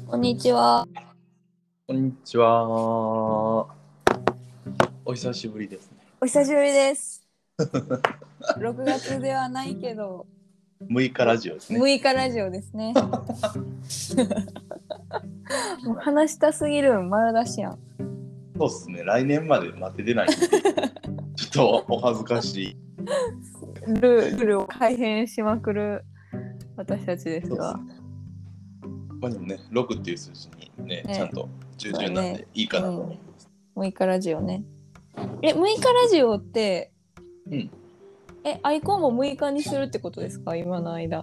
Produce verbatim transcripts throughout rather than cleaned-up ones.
こんにちは。 こんにちは。お久しぶりですね。 お久しぶりです。ろくがつではないけど、 むいかラジオですね。 むいかラジオですね。もう話したすぎるん丸出しやん。 そうっすね。来年まで待ててないんで、ちょっとお恥ずかしい。 ルルールを改変しまくる私たちですが。 そうっすね。まあでもね、ろくっていう数字にね、 ねちゃんと従順なんでいいかなと思います。 むいかラジオね。え、むいかラジオって、 うん。 え、アイコンもむいかにするってことですか、今の間。 あ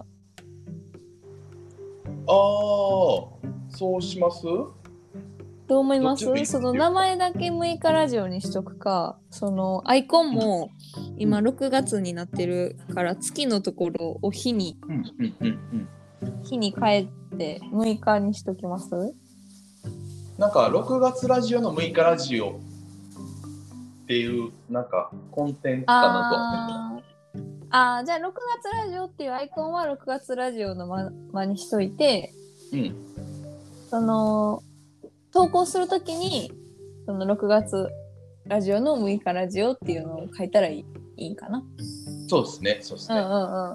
あ、そうします？ どう思います？ どっちでもいいですよ。 その名前だけむいかラジオにしとくか、そのアイコンも今ろくがつになってるから月のところを日に、 うんうんうんうん。 日に変えてむいかにしときます？ なんかろくがつラジオのむいかラジオっていうなんかコンテンツかなとは思ってあーあー、じゃあろくがつラジオっていうアイコンはろくがつラジオのままにしといて、 うん。 その投稿するときにそのろくがつラジオのむいかラジオっていうのを書いたらいい、いいかな。 そうですね。そうですね。 うんうんうん。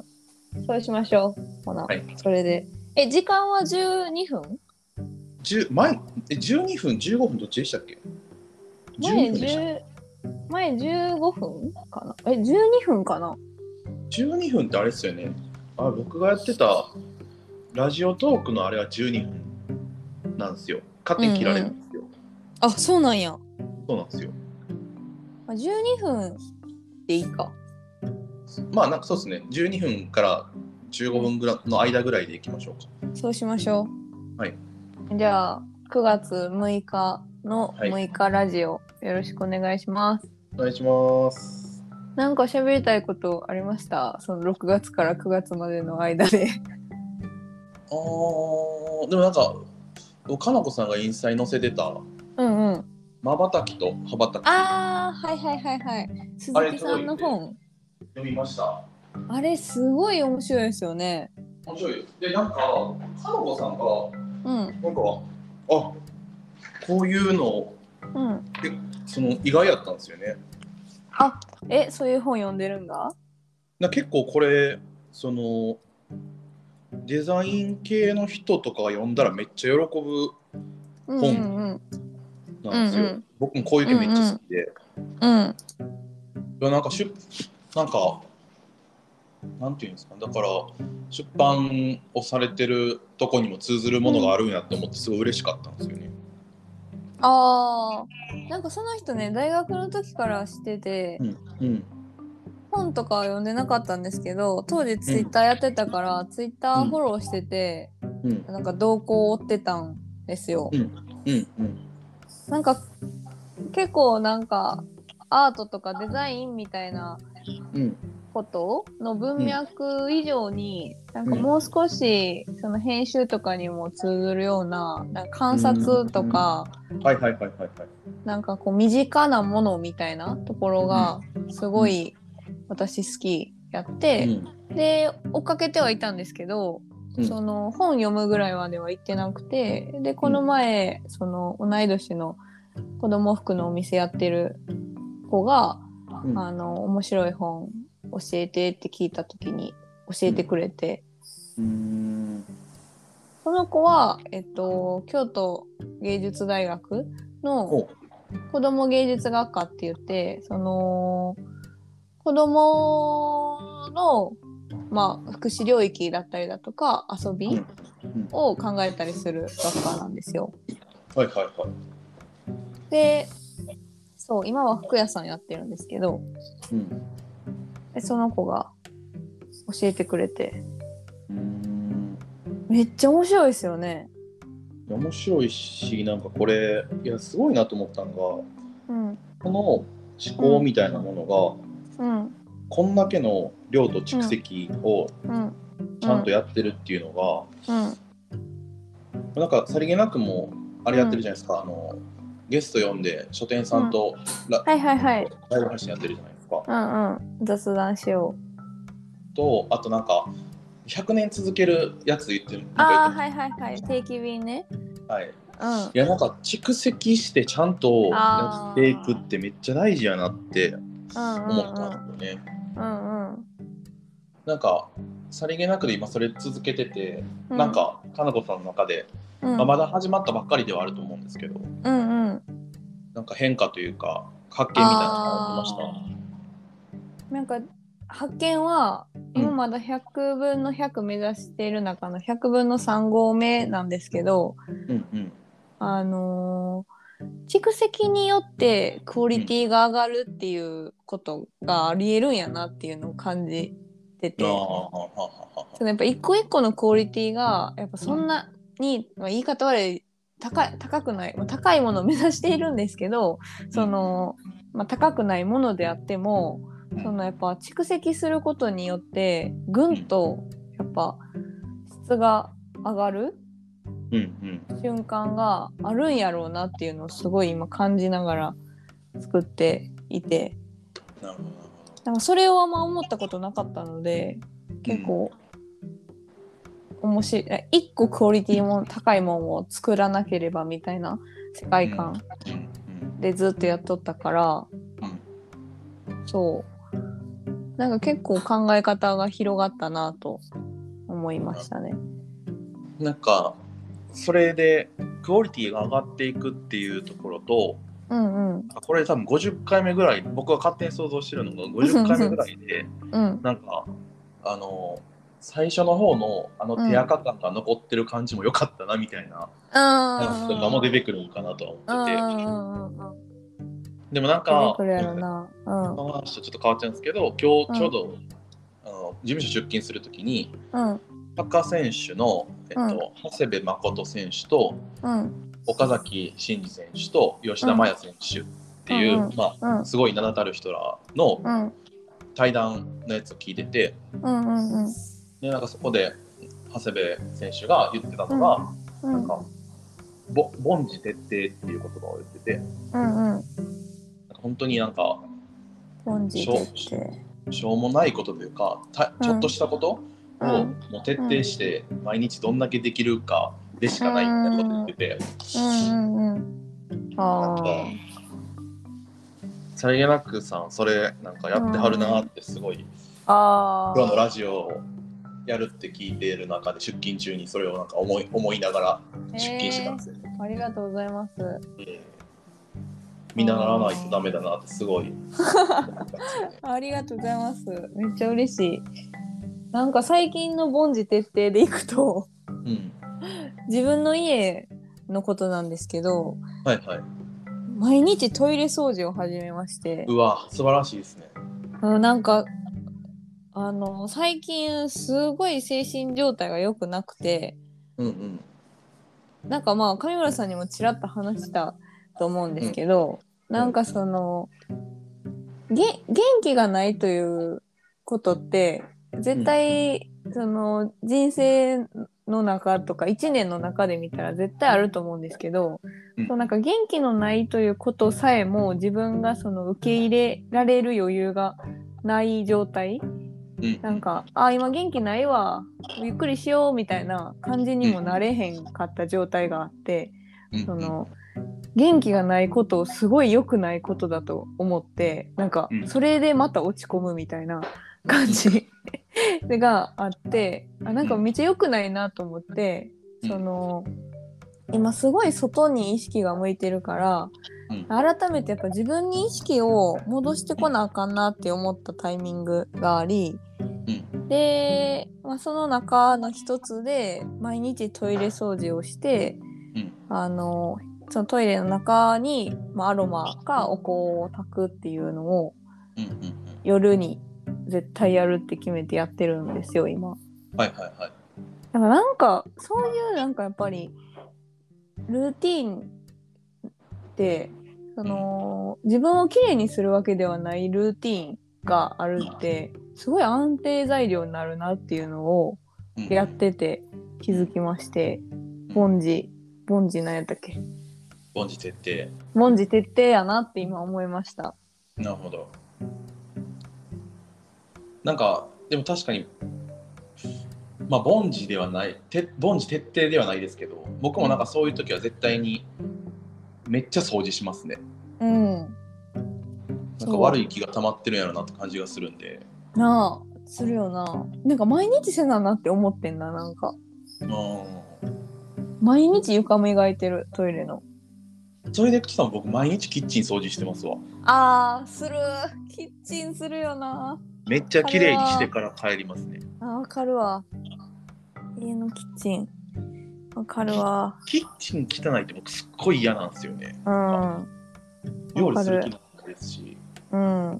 そうしましょう。ほな、 はい。 それで。え、時間はじゅうにふん？ じゅう前えじゅうにふんじゅうごふんどっちでしたっけ？じゅうに前ふんでした。 じゅう、前じゅうごふんかな。え、じゅうにふんかな。 じゅうにふんってあれですよね。あ、僕がやってたラジオトークのあれはじゅうにふんなんですよ。勝手に切られるんですよ。うんうん、 あ、そうなんや。 そうなんですよ。 じゅうにふんでいいか。 まあなんかそうですね。じゅうにふんからじゅうごふんぐらいの間ぐらいでいきましょうか。 そうしましょう。はい。 じゃあ、くがつむいかのむいかラジオ、はい、よろしくお願いします。 お願いします。 なんか喋りたいことありました？そのろくがつからくがつまでの間で。 あー、でもなんか、かなこさんがインスタに載せてた、 うんうん。 まばたきと羽ばたき。 ああ、はいはいはいはい。鈴木さんの本。 読みました。 あれすごい面白いですよね。 面白いです。で、なんか、かなこさんが、 うん。 なんか、あ、こういうの、 うん。 え、その意外やったんですよね。 あ、え、そういう本読んでるんだ。 な結構これ、その、デザイン系の人とかが読んだらめっちゃ喜ぶ本なんですよ。うんうんうん、僕もこういう系めっちゃ好きで。 うん、うん。 いやなんかしゅ、なんか、なんていうんですか、だから出版をされてるとこにも通ずるものがあるんやって思ってすごい嬉しかったんですよね。 うん、ああ、なんかその人ね、大学の時から知ってて、 うんうん、 本とかは読んでなかったんですけど、当時ツイッターやってたから、うん、ツイッターフォローしてて、うん、なんか動向を追ってたんですよ。 うんうんうん、 なんか結構なんかアートとかデザインみたいなことの文脈以上に、うん、なんかもう少しその編集とかにも通ずるような、なんか観察とか、なんかこう身近なものみたいなところがすごい私好きやって、うん、で追っかけてはいたんですけど、うん、その本読むぐらいまでは行ってなくて、でこの前、うん、その同い年の子供服のお店やってる子が、うん、あの面白い本教えてって聞いた時に教えてくれて、うん、その子は、えっと、京都芸術大学の子供芸術学科って言って、その子供の、まあ、福祉領域だったりだとか遊びを考えたりする学科なんですよ。 はいはいはい。 で、そう今は服屋さんやってるんですけど、うん、でその子が教えてくれて、うーん、めっちゃ面白いですよね。 面白いし、なんかこれいやすごいなと思ったのが、うん、この思考みたいなものが、うん、こんだけの量と蓄積をちゃんとやってるっていうのが、うんうん、なんかさりげなくもあれやってるじゃないですか、うん、あのゲスト呼んで書店さんと、うん、 はいはいはい、 ライブ配信やってるじゃないですか。 うんうん、雑談しようと、あとなんかひゃくねん続けるやつ言ってる。 ああ、はいはいはい、定期便ね。 はい、うん、いやなんか蓄積してちゃんとやっていくってめっちゃ大事やなって思ったんですよね。うんうん、なんかさりげなくで今それ続けてて、うん、なんかかなこさんの中で、うんまあ、まだ始まったばっかりではあると思うんですけど、うんうん、なんか変化というか発見みたいなのがありました？ なんか発見は今まだひゃくぶんのひゃく目指している中のひゃくぶんのさん号目なんですけど、うんうん、あのー、蓄積によってクオリティが上がるっていうことがありえるんやなっていうのを感じてて、そのやっぱ一個一個のクオリティがやっぱそんなに、まあ、言い方悪い高い高くない、まあ、高いものを目指しているんですけど、その、まあ、高くないものであってもそのやっぱ蓄積することによってぐんとやっぱ質が上がる瞬間があるんやろうなっていうのをすごい今感じながら作っていて、なんかそれをあんま思ったことなかったので結構面白い。一個クオリティも高いものを作らなければみたいな世界観でずっとやっとったから、そうなんか結構考え方が広がったなと思いましたね。 なんかそれでクオリティが上がっていくっていうところと、うんうん、これ多分ごじゅっかいめぐらい僕が勝手に想像してるのがごじゅっかいめぐらいで、うん、なんかあの最初の方のあの手垢感が残ってる感じも良かったなみたいな話とかも出てくるのかなとは思ってて、でもなんか出てくるやろな、 うん、その話とちょっと変わっちゃうんですけど、今日ちょうど、うん、あの事務所出勤するときに、うん、サッカー選手の、えっとうん、長谷部誠選手と、うん、岡崎慎司選手と吉田麻也選手っていう、うんまあうん、すごい名だたる人らの対談のやつを聞いてて、うんうんうん、でなんかそこで長谷部選手が言ってたのが、うん、なんかぼ凡事徹底っていう言葉を言ってて、うんうん、なんか本当になんか凡事徹底しょうもないことというかちょっとしたことをもう徹底して毎日どんだけできるかでしかないみたいなこと言ってて、うんうんうん、なんかさりげなくさんそれなんかやってはるなってすごい、うん、あ今日のラジオをやるって聞いている中で出勤中にそれをなんか思い思いながら出勤してたんですよ、 ありがとうございます、えー、 見習わないとダメだなってすごいありがとうございます、めっちゃ嬉しい。なんか最近の凡事徹底でいくと、うん、自分の家のことなんですけど、はいはい、毎日トイレ掃除を始めまして。 うわ素晴らしいですね。 なんかあの最近すごい精神状態が良くなくて、うんうん、なんかまあ上村さんにもちらっと話したと思うんですけど、うん、なんかそのげ元気がないということって絶対、うん、その人生の中とかいちねんの中で見たら絶対あると思うんですけど、うん、そうなんか元気のないということさえも自分がその受け入れられる余裕がない状態、うん、なんかあ今元気ないわゆっくりしようみたいな感じにもなれへんかった状態があって、うん、その元気がないことをすごい良くないことだと思ってなんかそれでまた落ち込むみたいな感じがあってあなんかめっちゃ良くないなと思ってその今すごい外に意識が向いてるから改めてやっぱ自分に意識を戻してこなあかんなって思ったタイミングがありで、まあ、その中の一つで毎日トイレ掃除をしてあのそのトイレの中に、まあ、アロマかお香を焚くっていうのを、うんうんうん、夜に絶対やるって決めてやってるんですよ今。はいはいはい。だからなんかそういうなんかやっぱりルーティーンってその、うん、自分をきれいにするわけではないルーティーンがあるってすごい安定材料になるなっていうのをやってて気づきまして、うん、凡事凡事何やったっけ凡事徹底凡事徹底やなって今思いました。 なるほど。なんかでも確かにまあ凡事ではないて凡事徹底ではないですけど、僕もなんかそういう時は絶対にめっちゃ掃除しますね。うん。なんか悪い気が溜まってるんやろなって感じがするんで。 なあ、するよな。なんか毎日せななって思ってんな、なんか。うん。毎日床磨いてる、トイレの。 それでさん、僕毎日キッチン掃除してますわ。 あー、する。キッチンするよな。 めっちゃ綺麗にしてから帰りますね。 あ、わかるわ。家のキッチン。わかるわ。 キッチン汚いって僕すっごい嫌なんですよね。うん。料理する気もないですし。 うん。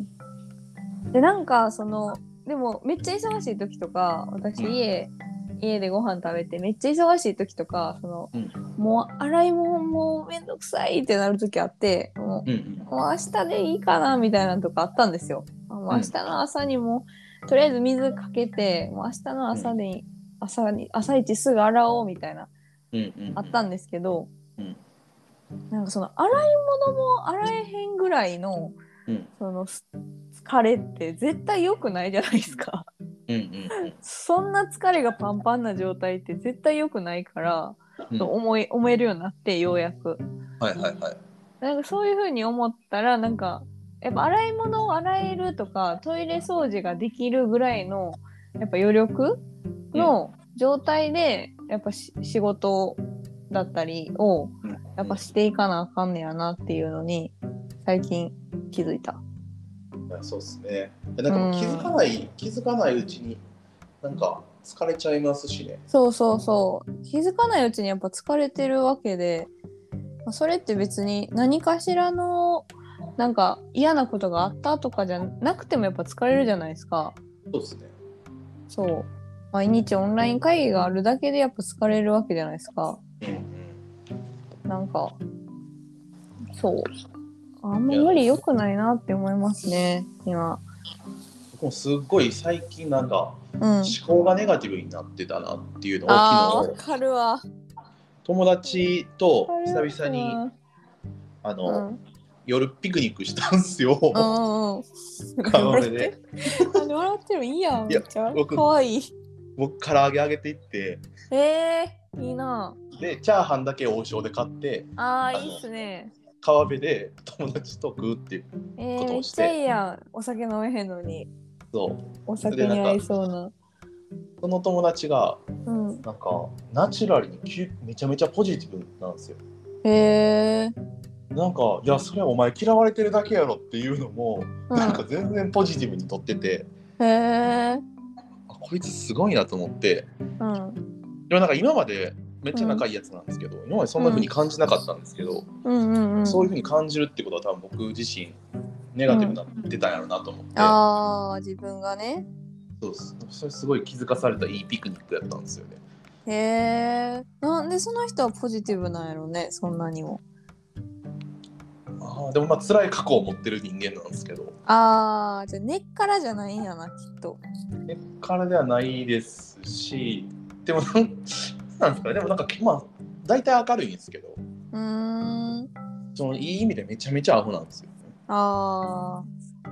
で、なんかその、でもめっちゃ忙しい時とか、私家、うん、家でご飯食べてめっちゃ忙しい時とか、その、うん、もう洗い物もめんどくさいってなる時あって、もう、うん、もう明日でいいかなみたいなとかあったんですよ。もう明日の朝にも、とりあえず水かけて、もう明日の朝に、うん、朝に朝一すぐ洗おうみたいな、うんうんうん、あったんですけど、うん、なんかその洗い物も洗えへんぐらいの、うん、その疲れって絶対良くないじゃないですか。うんうんうん、そんな疲れがパンパンな状態って絶対良くないから、うん、と思い思えるようになってようやく。はいはいはい。なんかそういう風に思ったらなんかやっぱ洗い物を洗えるとかトイレ掃除ができるぐらいのやっぱ余力の状態でやっぱし仕事だったりをやっぱしていかなあかんねやなっていうのに最近気づいた。 いやそうですね。なんかもう気づかない、うん、気づかないうちになんか疲れちゃいますしね。 そうそうそう。気づかないうちにやっぱ疲れてるわけで、それって別に何かしらのなんか嫌なことがあったとかじゃなくてもやっぱ疲れるじゃないですか。 そうですね。 そう。毎日オンライン会議があるだけでやっぱ疲れるわけじゃないですか。うんうん、なんかそうあんま無理良くないなって思いますね今。 僕もすっごい最近なんか、うん、思考がネガティブになってたなっていうのを昨日あーわかるわ。 友達と久々にあの、うん、夜ピクニックしたんすよ。うん。カ俺で。 なんで笑ってるいいやん。めっちゃかわいい。 僕唐揚げあげていって。 えー、いいな。 でチャーハンだけ王将で買って。 あーいいっすね。 川辺で友達と食うっていうことをして。 えー、めっちゃいいやん。お酒飲めへんのに。 そう。 お酒に合いそうな。 その友達が、うん、なんかナチュラルにめちゃめちゃポジティブなんですよ。へー。なんかいやそれはお前嫌われてるだけやろっていうのも、うん、なんか全然ポジティブにとってて、へー、こいつすごいなと思って、うん、でもなんか今までめっちゃ仲いいやつなんですけど、うん、今までそんな風に感じなかったんですけど、うんうんうん、そういう風に感じるってことは多分僕自身ネガティブになってたんやろうなと思って、うん、 あー自分がね。 そうです。それすごい気づかされたいいピクニックやったんですよね。 へー、なんでその人はポジティブなんやろね、そんなにも。 あでもまあ辛い過去を持ってる人間なんですけど。 ああ、じゃあ根っからじゃないんやなきっと。 根っからではないですし、でもなんなんですかね、でもなんかまあ大体明るいんですけど、うーん、そのいい意味でめちゃめちゃアホなんですよ、ね。ああ、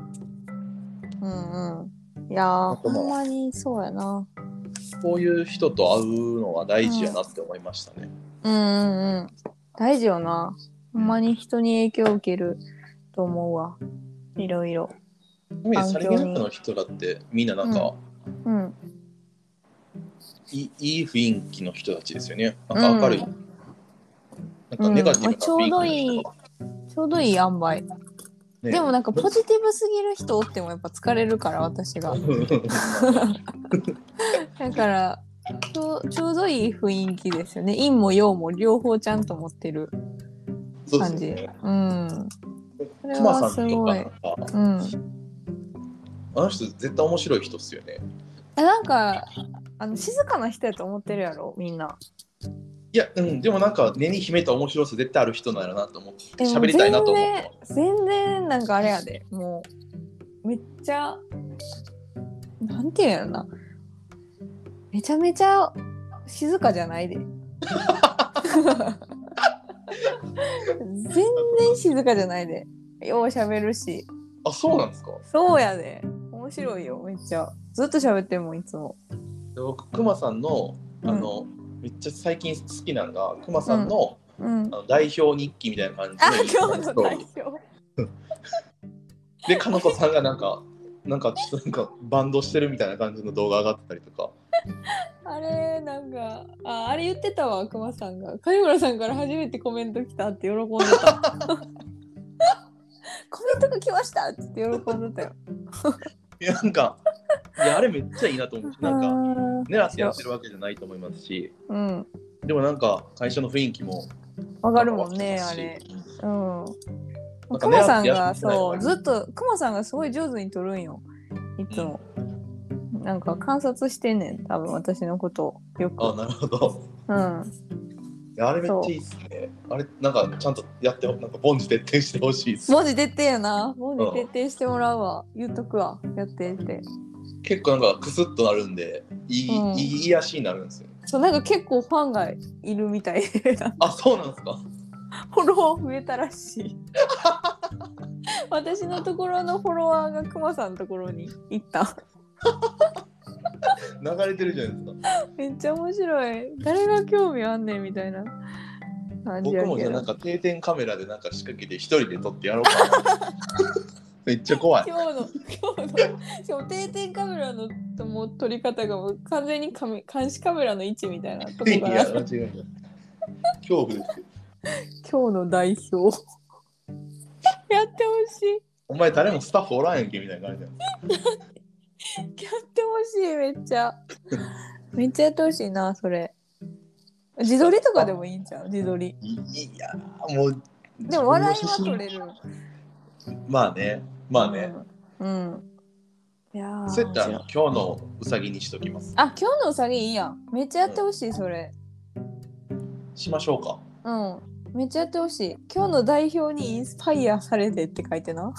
うんうん。いやー、ほんまにそうやな。こういう人と会うのは大事やなって思いましたね。うん、うんうんうん。大事よな。ほんまに人に影響を受けると思うわ。いろいろ。さりげなくの人だってみんななんか、うんうん、い, いい雰囲気の人たちですよね。なんか明るい。うん、なんかネガティブな雰囲気の人、うん、ちょうどいい、ちょうどいい塩梅。ね、でもなんかポジティブすぎる人おってもやっぱ疲れるから私が。だからち ょ, ちょうどいい雰囲気ですよね。陰も陽も両方ちゃんと持ってる感じ。ね、うん。それはすごい。うん。あの人絶対面白い人っすよね。なんかあの静かな人やと思ってるやろみんな。いや、うん、でもなんか根に秘めた面白さ絶対ある人なんやなと思って喋りたいなと思って。全然なんかあれやで、もうめっちゃなんていうんやろな、めちゃめちゃ静かじゃないで。全然静かじゃないで。よう喋るし。あ、そうなんですか？そうやで。面白いよめっちゃ。ずっと喋ってるもんいつも。 僕クマさんのあの、うん、めっちゃ最近好きなのがクマさんの、うんうん、あの代表日記みたいな感じのあ今日の代表でかのこさんがなんかなんかちょっとなんかバンドしてるみたいな感じの動画上がってたりとかあれなんか あ, あれ言ってたわクマさんが貝村さんから初めてコメント来たって喜んでたコメントが来ましたって喜んでたよいやなんかいやあれめっちゃいいなと思うしなんか狙ってやってるわけじゃないと思いますし、うん、でもなんか会社の雰囲気もわかるもんねあれうんクマさんがそうずっとクマさんがすごい上手に撮るんよいつも、うん、なんか観察してんねん多分私のことをよくあなるほどうんいやあれめっちゃいいっすねあれなんかちゃんとやってなんか凡事徹底してほしいっす凡事徹底やな凡事徹底してもらうわ、うん、言っとくわやってって結構なんかクスッとなるんでいい、うん、いい癒しになるんですよそうなんか結構ファンがいるみたいあそうなんですかフォロワー増えたらしい私のところのフォロワーがクマさんのところに行った流れてるじゃないですかめっちゃ面白い誰が興味あんねんみたいな感じやけど僕もじゃなんか定点カメラでなんか仕掛けて一人で撮ってやろうかなめっちゃ怖い今日の今日のしかも定点カメラのも撮り方がもう完全に監視カメラの位置みたいなとこがいや間違いない恐怖ですよ今日の代表やってほしいお前誰もスタッフおらんやんけみたいな感じやってほしいめっちゃめっちゃやってほしいなそれ自撮りとかでもいいんちゃう自撮りいやもうでも笑いは撮れるまあねまあねうん、うん、いやそうやったら今日のうさぎにしときますあ今日のうさぎいいやんめっちゃやってほしい、うん、それしましょうかうんめっちゃやってほしい今日の代表にインスパイアされてって書いてな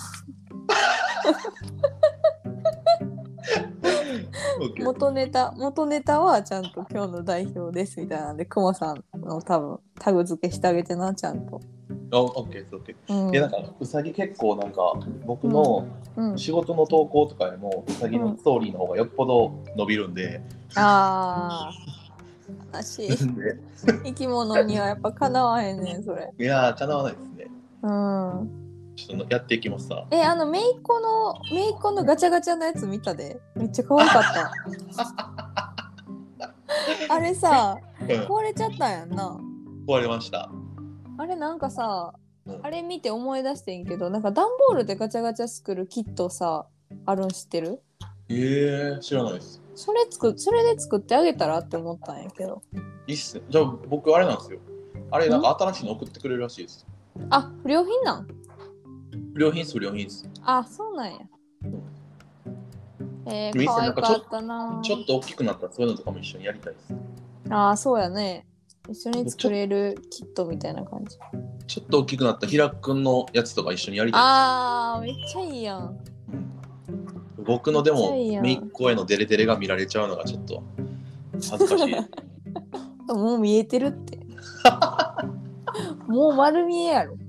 元ネタ元ネタはちゃんと今日の代表ですみたいなんでクマさんの多分タグ付けしてあげてなちゃんとあオッケーですオッケー、うん、いやなんかうさぎ結構なんか僕の仕事の投稿とかよりもうさぎのストーリーの方がよっぽど伸びるんで、 うん、ああ悲しい生き物にはやっぱかなわへんねんそれいやーかなわないですねうんちょっとやっていきますさえあのめいっ子のめいっ子のガチャガチャのやつ見たでめっちゃ可愛かったあれさ、うん、壊れちゃったんやんな壊れましたあれなんかさ、うん、あれ見て思い出してんけどなんか段ボールでガチャガチャ作るキットさあるん知ってるえー、知らないですそれ作それで作ってあげたらって思ったんやけどいいっすねじゃあ僕あれなんですよあれなんか新しいの送ってくれるらしいですあ不良品なん不良品っす不良品っすあそうなんやえー、可愛かったなちょっと大きくなったらそういうのとかも一緒にやりたいですあそうやね一緒に作れるキットみたいな感じちょっと大きくなったひらくんのやつとか一緒にやりたいですあーめっちゃいいやん、 うん、僕のでもめいっ子へのデレデレが見られちゃうのがちょっと恥ずかしいもう見えてるってもう丸見えやろ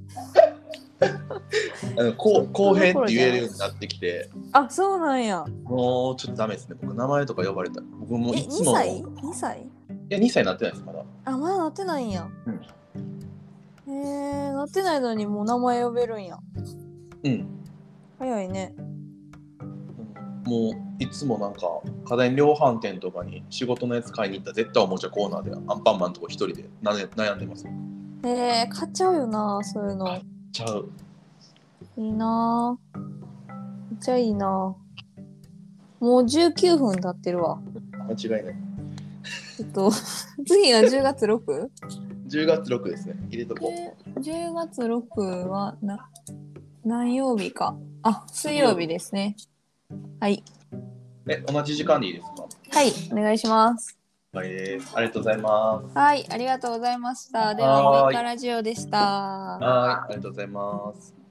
あのこう公平って言えるようになってきてあそうなんやもうちょっとダメですね僕名前とか呼ばれたら僕もいつもえにさい ?に 歳いやにさいになってないですまだあまだなってないんや、うん、へえなってないのにもう名前呼べるんやうん早いねもういつもなんか家電量販店とかに仕事のやつ買いに行ったら絶対おもちゃコーナーでアンパンマンとか一人で悩んでますへえ買っちゃうよなそういうの買っちゃういいなめっちゃいいなもうじゅうきゅうふん経ってるわ間違いないちょっと次はじゅうがつろくじゅうがつろくですね入れとこうじゅうがつろくはな何曜日かあ水曜日ですねはいえ同じ時間でいいですかはいお願いしますはいですありがとうございますはいありがとうございましたではミカラジオでしたはいありがとうございます